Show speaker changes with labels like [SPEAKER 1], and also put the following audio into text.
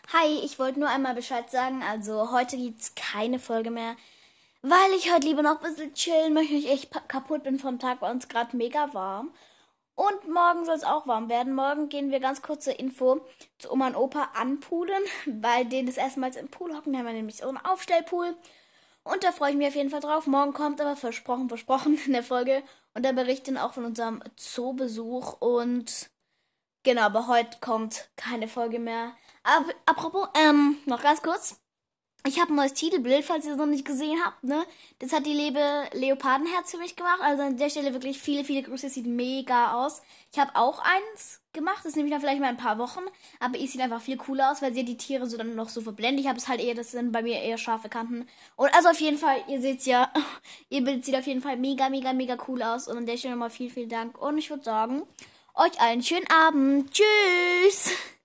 [SPEAKER 1] Hi, ich wollte nur einmal Bescheid sagen. Also heute gibt's keine Folge mehr, weil ich heute lieber noch ein bisschen chillen möchte. Ich echt kaputt bin vom Tag, bei uns gerade mega warm. Und morgen soll es auch warm werden. Morgen gehen wir ganz kurze Info zu Oma und Opa anpoolen, weil denen das erstmals im Pool hocken. Wir haben ja nämlich so einen Aufstellpool. Und da freue ich mich auf jeden Fall drauf. Morgen kommt aber versprochen in der Folge. Und da berichten auch von unserem Zoobesuch. Und genau, aber heute kommt keine Folge mehr. Apropos, noch ganz kurz. Ich habe ein neues Titelbild, falls ihr es noch nicht gesehen habt, ne? Das hat die liebe Leopardenherz für mich gemacht. Also an der Stelle wirklich viele Grüße. Es sieht mega aus. Ich habe auch eins gemacht. Das nehme ich dann vielleicht mal in ein paar Wochen. Aber es sieht einfach viel cooler aus, weil sie die Tiere so dann noch so verblendet. Ich habe es halt eher, das sind bei mir eher scharfe Kanten. Und also auf jeden Fall, ihr seht's ja, ihr Bild sieht auf jeden Fall mega cool aus. Und an der Stelle nochmal vielen Dank. Und ich würde sagen, euch einen schönen Abend. Tschüss!